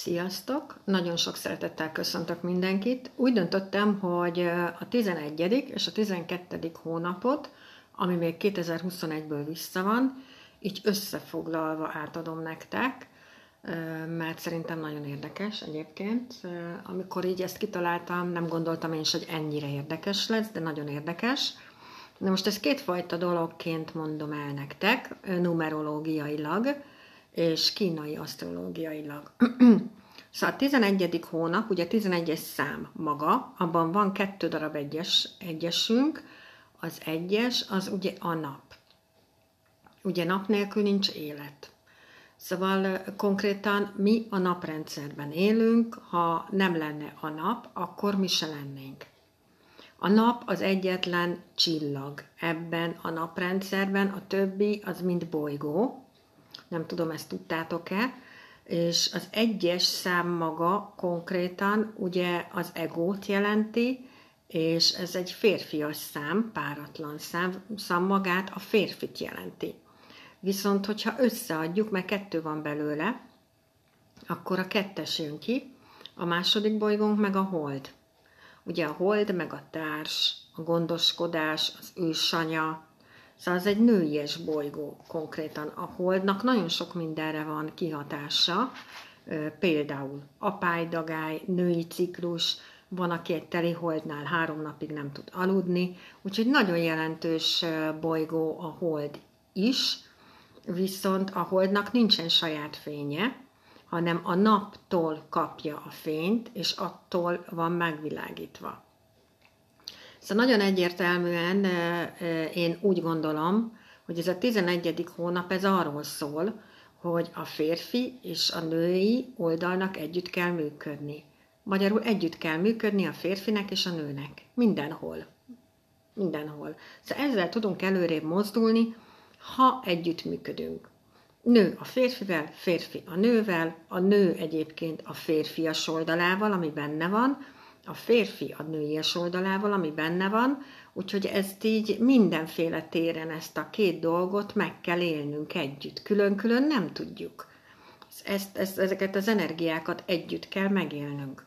Sziasztok! Nagyon sok szeretettel köszöntök mindenkit. Úgy döntöttem, hogy a 11. és a 12. hónapot, ami még 2021-ből vissza van, így összefoglalva átadom nektek, mert szerintem nagyon érdekes egyébként. Amikor így ezt kitaláltam, nem gondoltam én is, hogy ennyire érdekes lesz, de nagyon érdekes. De most ezt kétfajta dologként mondom el nektek, numerológiailag, és kínai asztrológiailag. Szóval a 11. hónap, ugye a 11-es szám maga, abban van 2 darab egyesünk, az egyes, az ugye a nap. Ugye nap nélkül nincs élet. Szóval konkrétan mi a naprendszerben élünk, ha nem lenne a nap, akkor mi se lennénk. A nap az egyetlen csillag ebben a naprendszerben, a többi az mind bolygó. Nem tudom, ezt tudtátok-e, és az egyes szám maga konkrétan ugye az egót jelenti, és ez egy férfias szám, páratlan szám magát a férfit jelenti. Viszont, hogyha összeadjuk, mert 2 van belőle, akkor a 2 jön ki, a második bolygónk meg a hold. Ugye a hold meg a társ, a gondoskodás, az ősanya. Szóval ez egy nőies bolygó konkrétan. A holdnak nagyon sok mindenre van kihatása, például apálydagály, női ciklus, van, aki egy teli holdnál 3 napig nem tud aludni, úgyhogy nagyon jelentős bolygó a hold is, viszont a holdnak nincsen saját fénye, hanem a naptól kapja a fényt, és attól van megvilágítva. Szóval nagyon egyértelműen én úgy gondolom, hogy ez a 11. hónap ez arról szól, hogy a férfi és a női oldalnak együtt kell működni. Magyarul együtt kell működni a férfinek és a nőnek. Mindenhol. Mindenhol. Szóval ezzel tudunk előrébb mozdulni, ha együtt működünk. Nő a férfivel, férfi a nővel, a nő egyébként a férfias oldalával, ami benne van, a férfi a nőies oldalával, ami benne van, úgyhogy ezt így mindenféle téren ezt a 2 dolgot meg kell élnünk együtt. Külön-külön nem tudjuk. Ezeket az energiákat együtt kell megélnünk.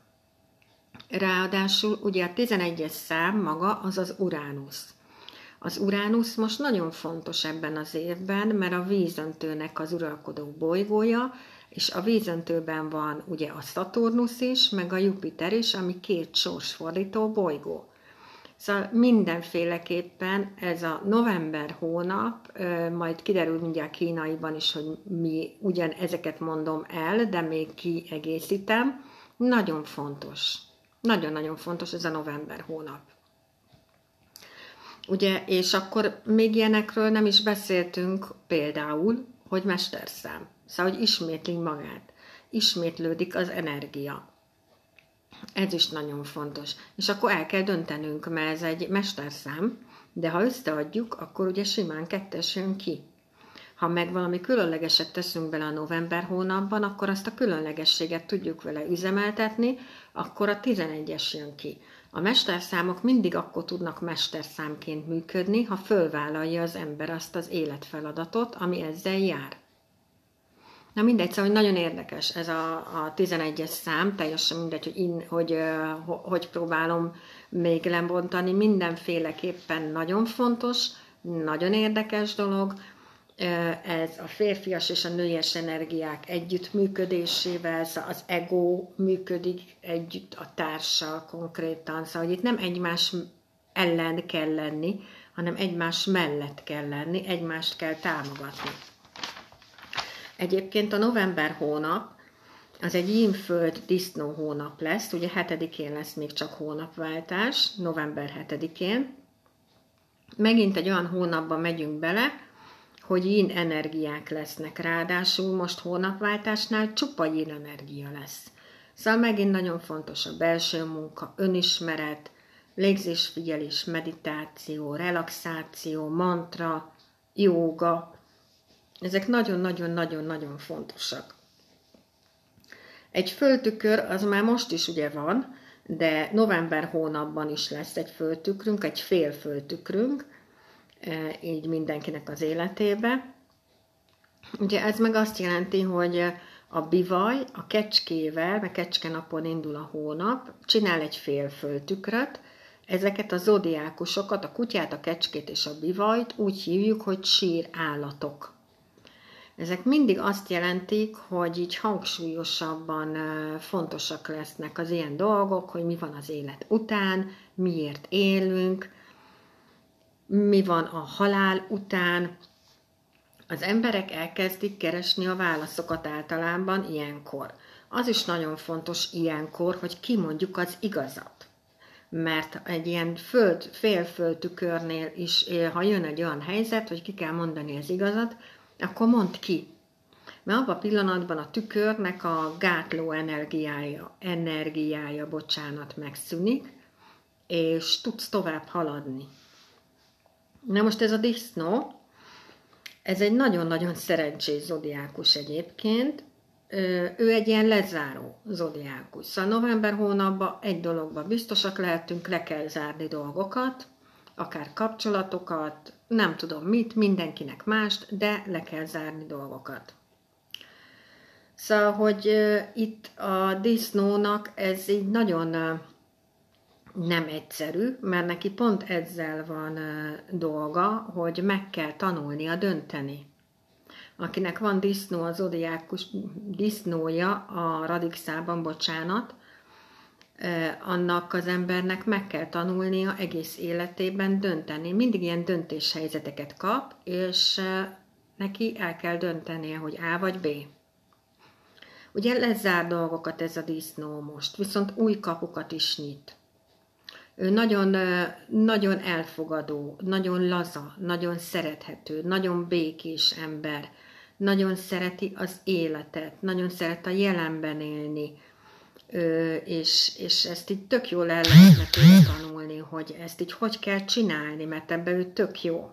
Ráadásul ugye a 11-es szám maga az az Uránusz. Az Uránusz most nagyon fontos ebben az évben, mert a vízöntőnek az uralkodó bolygója, és a vízöntőben van ugye a Szaturnusz is, meg a Jupiter is, ami 2 sorsfordító bolygó. Szóval mindenféleképpen ez a november hónap, majd kiderül mindjárt kínaiban is, hogy mi ugyan ezeket mondom el, de még kiegészítem. Nagyon fontos. Nagyon-nagyon fontos ez a november hónap. Ugye, és akkor még ilyenekről nem is beszéltünk, például, hogy mesterszám. Szóval, hogy ismétli magát. Ismétlődik az energia. Ez is nagyon fontos. És akkor el kell döntenünk, mert ez egy mesterszám, de ha összeadjuk, akkor ugye simán 2 jön ki. Ha meg valami különlegeset teszünk bele a november hónapban, akkor azt a különlegességet tudjuk vele üzemeltetni, akkor a 11-es jön ki. A mesterszámok mindig akkor tudnak mesterszámként működni, ha fölvállalja az ember azt az életfeladatot, ami ezzel jár. Na mindegy, szóval nagyon érdekes ez a 11-es szám, teljesen mindegy, hogy próbálom még lebontani, mindenféleképpen nagyon fontos, nagyon érdekes dolog, ez a férfias és a nőies energiák együttműködésével, szóval az ego működik együtt a társal konkrétan, szóval hogy itt nem egymás ellen kell lenni, hanem egymás mellett kell lenni, egymást kell támogatni. Egyébként a november hónap az egy Yin-föld disznó hónap lesz, ugye 7-én lesz még csak hónapváltás, november 7-én. Megint egy olyan hónapba megyünk bele, hogy yin energiák lesznek, ráadásul most hónapváltásnál csupa yin energia lesz. Szóval megint nagyon fontos a belső munka, önismeret, légzésfigyelés, meditáció, relaxáció, mantra, jóga. Ezek nagyon-nagyon-nagyon-nagyon fontosak. Egy földtükör az már most is ugye van, de november hónapban is lesz egy földtükrünk, egy fél földtükrünk, így mindenkinek az életébe. Ugye ez meg azt jelenti, hogy A bivaj a kecskével, mert kecskenapon indul a hónap, csinál egy félföldtükröt, ezeket a zodiákusokat, a kutyát, a kecskét és a bivajt úgy hívjuk, hogy sírállatok. Ezek mindig azt jelentik, hogy így hangsúlyosabban fontosak lesznek az ilyen dolgok, hogy mi van az élet után, miért élünk, mi van a halál után. Az emberek elkezdik keresni a válaszokat általában ilyenkor. Az is nagyon fontos ilyenkor, hogy kimondjuk az igazat. Mert egy ilyen félföldtükörnél is, ha jön egy olyan helyzet, hogy ki kell mondani az igazat, akkor mondd ki. Mert abban a pillanatban a tükörnek a gátló energiája megszűnik, és tudsz tovább haladni. Na most ez a disznó, ez egy nagyon-nagyon szerencsés zodiákus egyébként. Ő egy ilyen lezáró zodiákus. Szóval november hónapban egy dologban biztosak lehetünk, le kell zárni dolgokat, akár kapcsolatokat, nem tudom mit, mindenkinek mást, de le kell zárni dolgokat. Szóval, hogy itt a disznónak ez így nagyon nem egyszerű, mert neki pont ezzel van dolga, hogy meg kell tanulnia dönteni. Akinek van disznó, a zodiákus disznója a radixában, bocsánat, annak az embernek meg kell tanulnia egész életében dönteni. Mindig ilyen döntéshelyzeteket kap, és neki el kell döntenie, hogy A vagy B. Ugye lezár dolgokat ez a disznó most, viszont új kapukat is nyit. Ő nagyon, nagyon elfogadó, nagyon laza, nagyon szerethető, nagyon békés ember, nagyon szereti az életet, nagyon szeret a jelenben élni, és ezt így tök jól el lehetne tanulni, hogy ezt így hogy kell csinálni, mert ebben ő tök jó.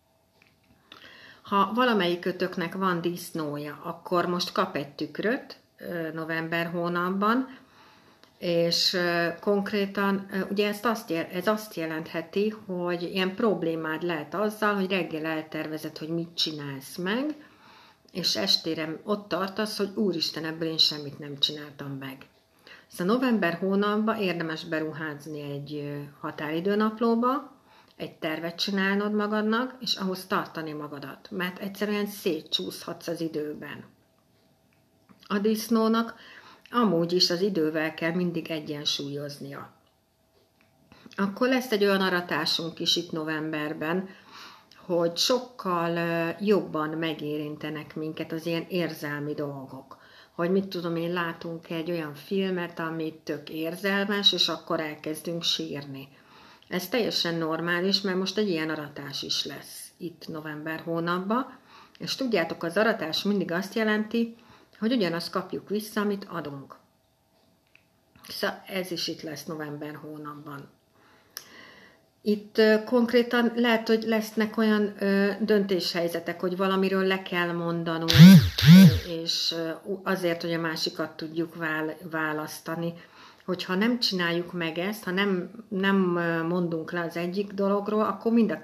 Ha valamelyikötöknek van disznója, akkor most kap egy tükröt november hónapban, és konkrétan ugye ez azt jelentheti, hogy ilyen problémád lehet azzal, hogy reggel eltervezed, hogy mit csinálsz meg, és estére ott tartasz, hogy úristen, ebből én semmit nem csináltam meg. Szóval november hónapban érdemes beruházni egy határidőnaplóba, egy tervet csinálnod magadnak, és ahhoz tartani magadat, mert egyszerűen szétcsúszhatsz az időben. A disznónak amúgy is az idővel kell mindig egyensúlyoznia. Akkor lesz egy olyan aratásunk is itt novemberben, hogy sokkal jobban megérintenek minket az ilyen érzelmi dolgok. Hogy mit tudom én, látunk egy olyan filmet, ami tök érzelmes, és akkor elkezdünk sírni. Ez teljesen normális, mert most egy ilyen aratás is lesz itt november hónapban, és tudjátok, az aratás mindig azt jelenti, hogy ugyanazt kapjuk vissza, amit adunk. Szóval ez is itt lesz november hónapban. Itt konkrétan lehet, hogy lesznek olyan döntéshelyzetek, hogy valamiről le kell mondanunk, és azért, hogy a másikat tudjuk választani. Hogyha nem csináljuk meg ezt, ha nem mondunk le az egyik dologról, akkor mind a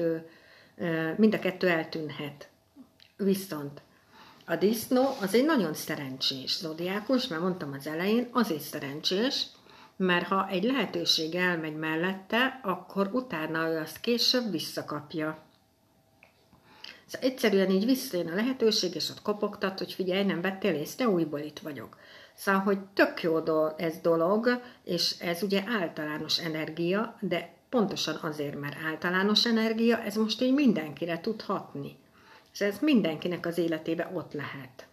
kettő eltűnhet. Viszont a disznó az egy nagyon szerencsés zodiákus, mert mondtam az elején, azért szerencsés, mert ha egy lehetőség elmegy mellette, akkor utána ő azt később visszakapja. Szóval egyszerűen így visszajön a lehetőség, és ott kopogtat, hogy figyelj, nem vettél észre, újból itt vagyok. Szóval, hogy tök jó ez dolog, és ez ugye általános energia, de pontosan azért, mert általános energia, ez most így mindenkire tud hatni. Ez mindenkinek az életében ott lehet.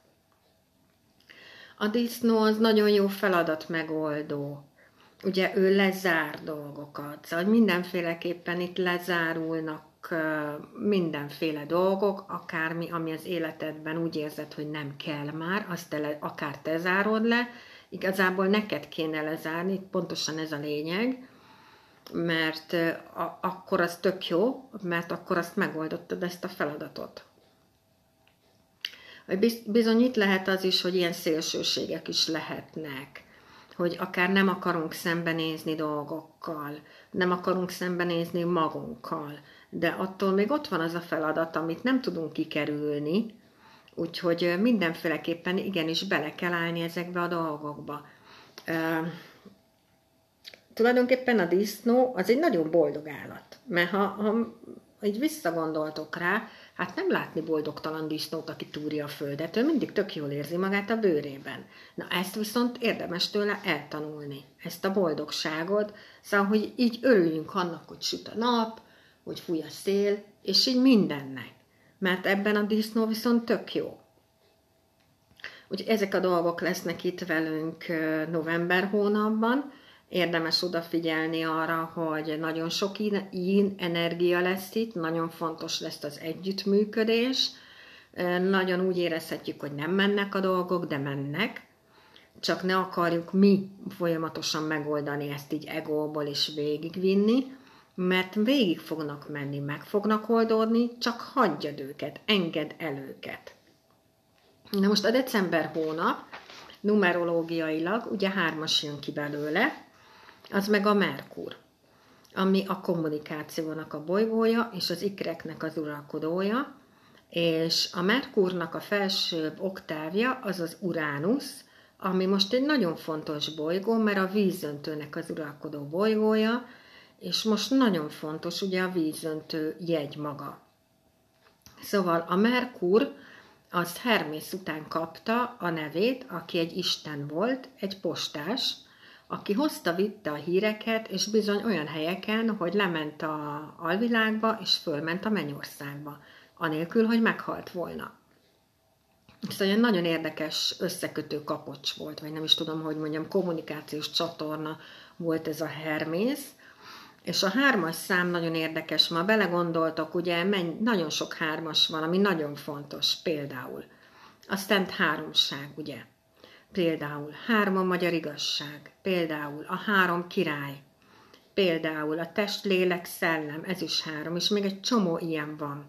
A disznó az nagyon jó feladatmegoldó. Ugye ő lezár dolgokat, szóval mindenféleképpen itt lezárulnak mindenféle dolgok, akármi, ami az életedben úgy érzed, hogy nem kell már, azt akár te zárod le, igazából neked kéne lezárni, pontosan ez a lényeg, mert akkor az tök jó, mert akkor azt megoldottad ezt a feladatot. Bizony itt lehet az is, hogy ilyen szélsőségek is lehetnek, hogy akár nem akarunk szembenézni dolgokkal, nem akarunk szembenézni magunkkal, de attól még ott van az a feladat, amit nem tudunk kikerülni, Úgyhogy mindenféleképpen igenis bele kell állni ezekbe a dolgokba. Tulajdonképpen a disznó az egy nagyon boldog állat, mert ha így visszagondoltok rá, hát nem látni boldogtalan disznót, aki túrja a földet, ő mindig tök jól érzi magát a bőrében. Na ezt viszont érdemes tőle eltanulni, ezt a boldogságot, szóval, hogy így örüljünk annak, hogy süt a nap, hogy fúj a szél, és így mindennek. Mert ebben a disznó viszont tök jó. Úgyhogy ezek a dolgok lesznek itt velünk november hónapban. Érdemes odafigyelni arra, hogy nagyon sok yin energia lesz itt, nagyon fontos lesz az együttműködés. Nagyon úgy érezhetjük, hogy nem mennek a dolgok, de mennek. Csak ne akarjuk mi folyamatosan megoldani ezt így egóból és végigvinni, mert végig fognak menni, meg fognak oldódni, csak hagyjad őket, engedd el őket. Na most a december hónap numerológiailag ugye 3-as jön ki belőle, az meg a Merkur, ami a kommunikációnak a bolygója, és az ikreknek az uralkodója, és a Merkurnak a felsőbb oktávja az az Uránusz, ami most egy nagyon fontos bolygó, mert a vízöntőnek az uralkodó bolygója, és most nagyon fontos ugye a vízöntő jegy maga. Szóval a Merkur az Hermész után kapta a nevét, aki egy isten volt, egy postás, aki hozta-vitte a híreket, és bizony olyan helyeken, hogy lement a alvilágba, és fölment a mennyországba, anélkül, hogy meghalt volna. Szóval egy nagyon érdekes összekötő kapocs volt, vagy nem is tudom, hogy mondjam, kommunikációs csatorna volt ez a Hermész, és a 3-as szám nagyon érdekes, ma belegondoltak, ugye nagyon sok 3-as van, ami nagyon fontos, például a Szent Háromság, ugye, például 3 a magyar igazság, például a 3 király, például a test, lélek, szellem, ez is 3, és még egy csomó ilyen van.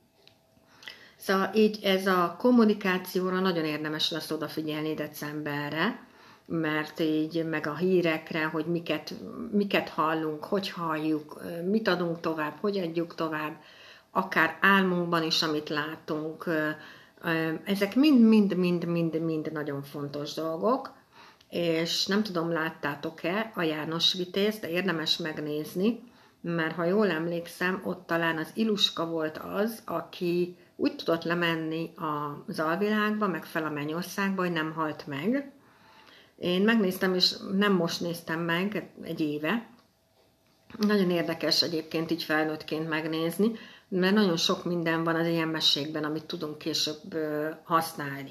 Szóval így ez a kommunikációra nagyon érdemes lesz odafigyelni decemberre, mert így meg a hírekre, hogy miket hallunk, hogy halljuk, mit adunk tovább, hogy adjuk tovább, akár álmunkban is, amit látunk, ezek mind nagyon fontos dolgok, és nem tudom, láttátok-e a János Vitézt, de érdemes megnézni, mert ha jól emlékszem, ott talán az Iluska volt az, aki úgy tudott lemenni az alvilágba, meg fel a mennyországba, hogy nem halt meg. Én megnéztem, és nem most néztem meg, egy éve. Nagyon érdekes egyébként így felnőttként megnézni, mert nagyon sok minden van az ilyen mesékben, amit tudunk később használni.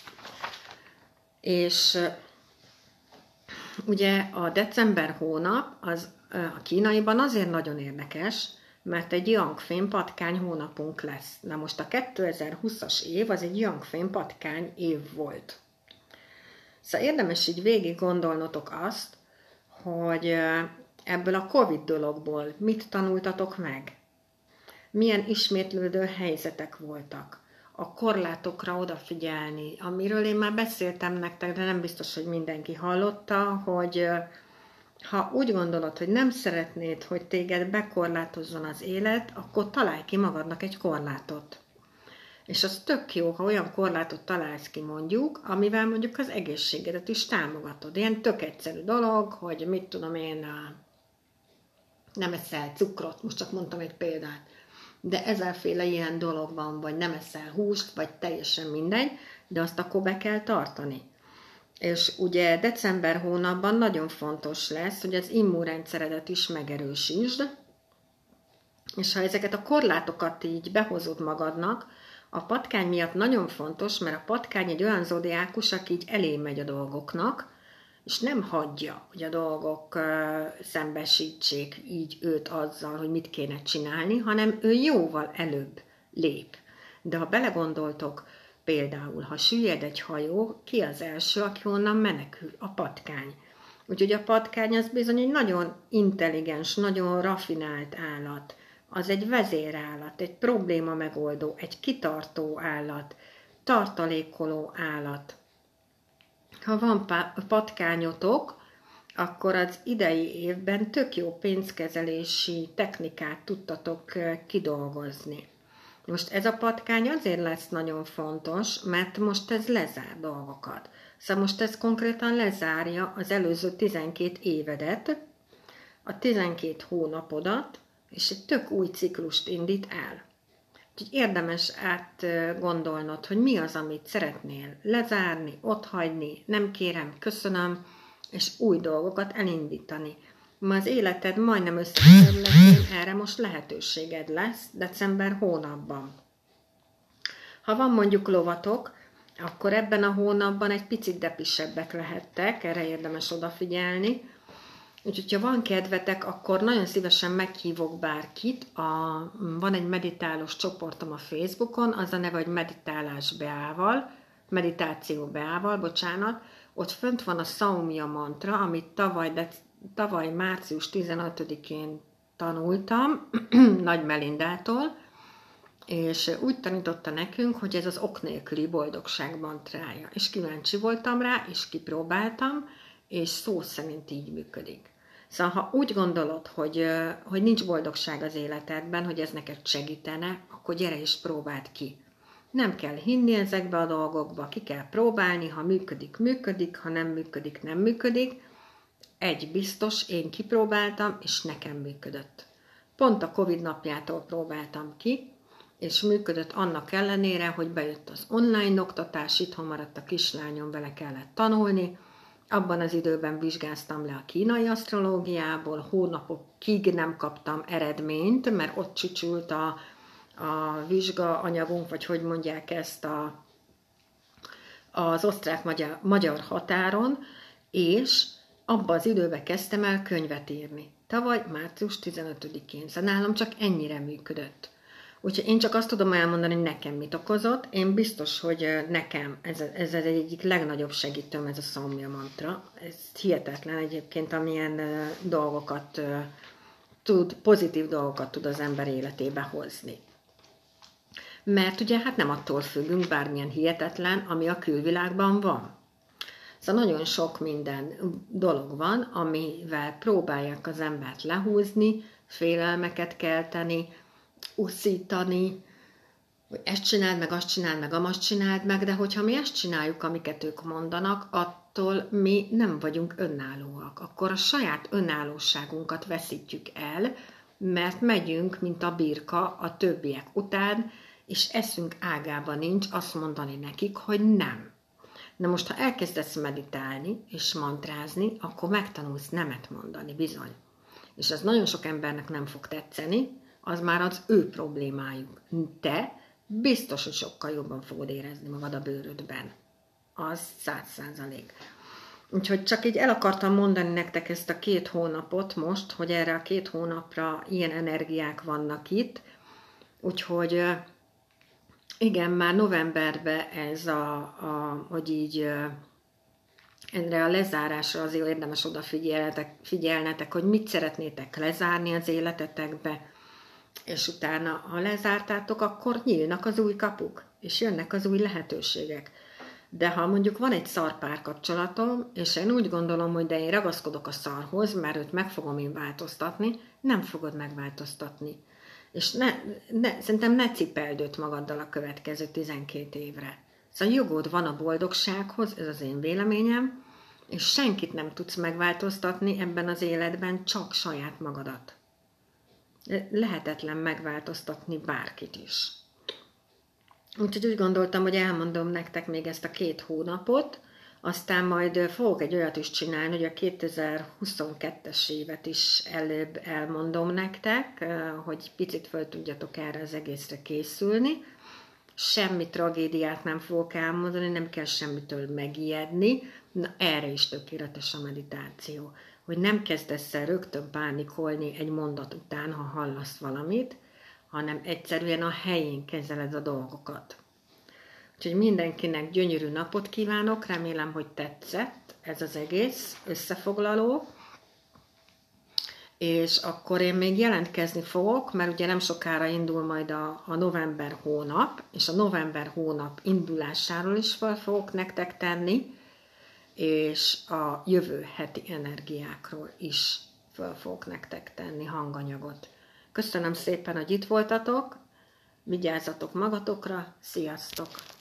És ugye a december hónap az a kínaiban azért nagyon érdekes, mert egy Yang-fén patkány hónapunk lesz. Na most a 2020-as év az egy Yang-fén patkány év volt. Szóval érdemes így végig gondolnotok azt, hogy ebből a Covid dologból mit tanultatok meg? Milyen ismétlődő helyzetek voltak? A korlátokra odafigyelni, amiről én már beszéltem nektek, de nem biztos, hogy mindenki hallotta, hogy ha úgy gondolod, hogy nem szeretnéd, hogy téged bekorlátozzon az élet, akkor találj ki magadnak egy korlátot. És az tök jó, ha olyan korlátot találsz ki mondjuk, amivel mondjuk az egészségedet is támogatod. Ilyen tök egyszerű dolog, hogy mit tudom én, nem eszel cukrot, most csak mondtam egy példát, de ezerféle ilyen dolog van, vagy nem eszel húst, vagy teljesen mindegy, de azt akkor be kell tartani. És ugye december hónapban nagyon fontos lesz, hogy az immunrendszeredet is megerősítsd, és ha ezeket a korlátokat így behozod magadnak, a patkány miatt nagyon fontos, mert a patkány egy olyan zodiákus, aki így elé megy a dolgoknak, és nem hagyja, hogy a dolgok szembesítsék így őt azzal, hogy mit kéne csinálni, hanem ő jóval előbb lép. De ha belegondoltok, például, ha süllyed egy hajó, ki az első, aki onnan menekül? A patkány. Úgyhogy a patkány az bizony egy nagyon intelligens, nagyon rafinált állat. Az egy vezérállat, egy probléma megoldó, egy kitartó állat, tartalékoló állat. Ha van patkányotok, akkor az idei évben tök jó pénzkezelési technikát tudtatok kidolgozni. Most ez a patkány azért lesz nagyon fontos, mert most ez lezár dolgokat. Szóval most ez konkrétan lezárja az előző 12 évedet, a 12 hónapodat, és egy tök új ciklust indít el. Úgyhogy érdemes átgondolnod, hogy mi az, amit szeretnél lezárni, otthagyni, nem kérem, köszönöm, és új dolgokat elindítani. Ma az életed majdnem összeterületén erre most lehetőséged lesz december hónapban. Ha van mondjuk lovatok, akkor ebben a hónapban egy picit depisebbek lehettek, erre érdemes odafigyelni. Úgyhogy, ha van kedvetek, akkor nagyon szívesen meghívok bárkit. Van egy meditálós csoportom a Facebookon, az a neve, hogy meditáció beával, bocsánat. Ott fönt van a Saumya mantra, amit tavaly március 15-én tanultam, Nagy Melindától, és úgy tanította nekünk, hogy ez az ok nélküli boldogság mantrája. És kíváncsi voltam rá, és kipróbáltam, és szó szerint így működik. Szóval, ha úgy gondolod, hogy nincs boldogság az életedben, hogy ez neked segítene, akkor gyere és próbáld ki. Nem kell hinni ezekbe a dolgokba, ki kell próbálni, ha működik, működik, ha nem működik, nem működik. Egy biztos, én kipróbáltam, és nekem működött. Pont a Covid napjától próbáltam ki, és működött annak ellenére, hogy bejött az online oktatás, itthon maradt a kislányom, vele kellett tanulni. Abban az időben vizsgáztam le a kínai asztrológiából, hónapokig nem kaptam eredményt, mert ott csücsült a vizsgaanyagunk, vagy hogy mondják ezt az osztrák-magyar határon, és abban az időben kezdtem el könyvet írni. Tavaly március 15-én. Szóval nálam csak ennyire működött. Úgyhogy én csak azt tudom elmondani, hogy nekem mit okozott. Én biztos, hogy nekem ez az egyik legnagyobb segítőm, ez a Saumya mantra. Ez hihetetlen egyébként, amilyen dolgokat pozitív dolgokat tud az ember életébe hozni. Mert ugye hát nem attól függünk, bármilyen hihetetlen, ami a külvilágban van. Szóval nagyon sok minden dolog van, amivel próbálják az embert lehúzni, félelmeket kelteni, uszítani, hogy ezt csináld meg, azt csináld meg, amazt csináld meg, de hogyha mi ezt csináljuk, amiket ők mondanak, attól mi nem vagyunk önállóak. Akkor a saját önállóságunkat veszítjük el, mert megyünk, mint a birka a többiek után, és eszünk ágában nincs azt mondani nekik, hogy nem. Na most, ha elkezdesz meditálni és mantrázni, akkor megtanulsz nemet mondani, bizony. És az nagyon sok embernek nem fog tetszeni, az már az ő problémájuk. Te biztos, hogy sokkal jobban fogod érezni magad a bőrödben. Az 100%. Úgyhogy csak így el akartam mondani nektek ezt a 2 hónapot most, hogy erre a 2 hónapra ilyen energiák vannak itt. Úgyhogy igen, már novemberben ez hogy így erre a lezárásra azért érdemes odafigyelnetek, hogy mit szeretnétek lezárni az életetekbe, és utána, ha lezártátok, akkor nyílnak az új kapuk, és jönnek az új lehetőségek. De ha mondjuk van egy szar párkapcsolatom, és én úgy gondolom, hogy de én ragaszkodok a szarhoz, mert őt meg fogom én változtatni, nem fogod megváltoztatni. És szerintem ne cipeld őt magaddal a következő 12 évre. Szóval jogod van a boldogsághoz, ez az én véleményem, és senkit nem tudsz megváltoztatni ebben az életben, csak saját magadat. Lehetetlen megváltoztatni bárkit is. Úgyhogy úgy gondoltam, hogy elmondom nektek még ezt a 2 hónapot, aztán majd fogok egy olyat is csinálni, hogy a 2022-es évet is előbb elmondom nektek, hogy picit föl tudjatok erre az egészre készülni. Semmi tragédiát nem fogok elmondani, nem kell semmitől megijedni. Na, erre is tökéletes a meditáció. Hogy nem kezdesz el rögtön pánikolni egy mondat után, ha hallasz valamit, hanem egyszerűen a helyén kezeled a dolgokat. Úgyhogy mindenkinek gyönyörű napot kívánok, remélem, hogy tetszett ez az egész összefoglaló. És akkor én még jelentkezni fogok, mert ugye nem sokára indul majd a november hónap, és a november hónap indulásáról is fel fogok nektek tenni, és a jövő heti energiákról is fel fogok nektek tenni hanganyagot. Köszönöm szépen, hogy itt voltatok, Vigyázzatok magatokra, sziasztok!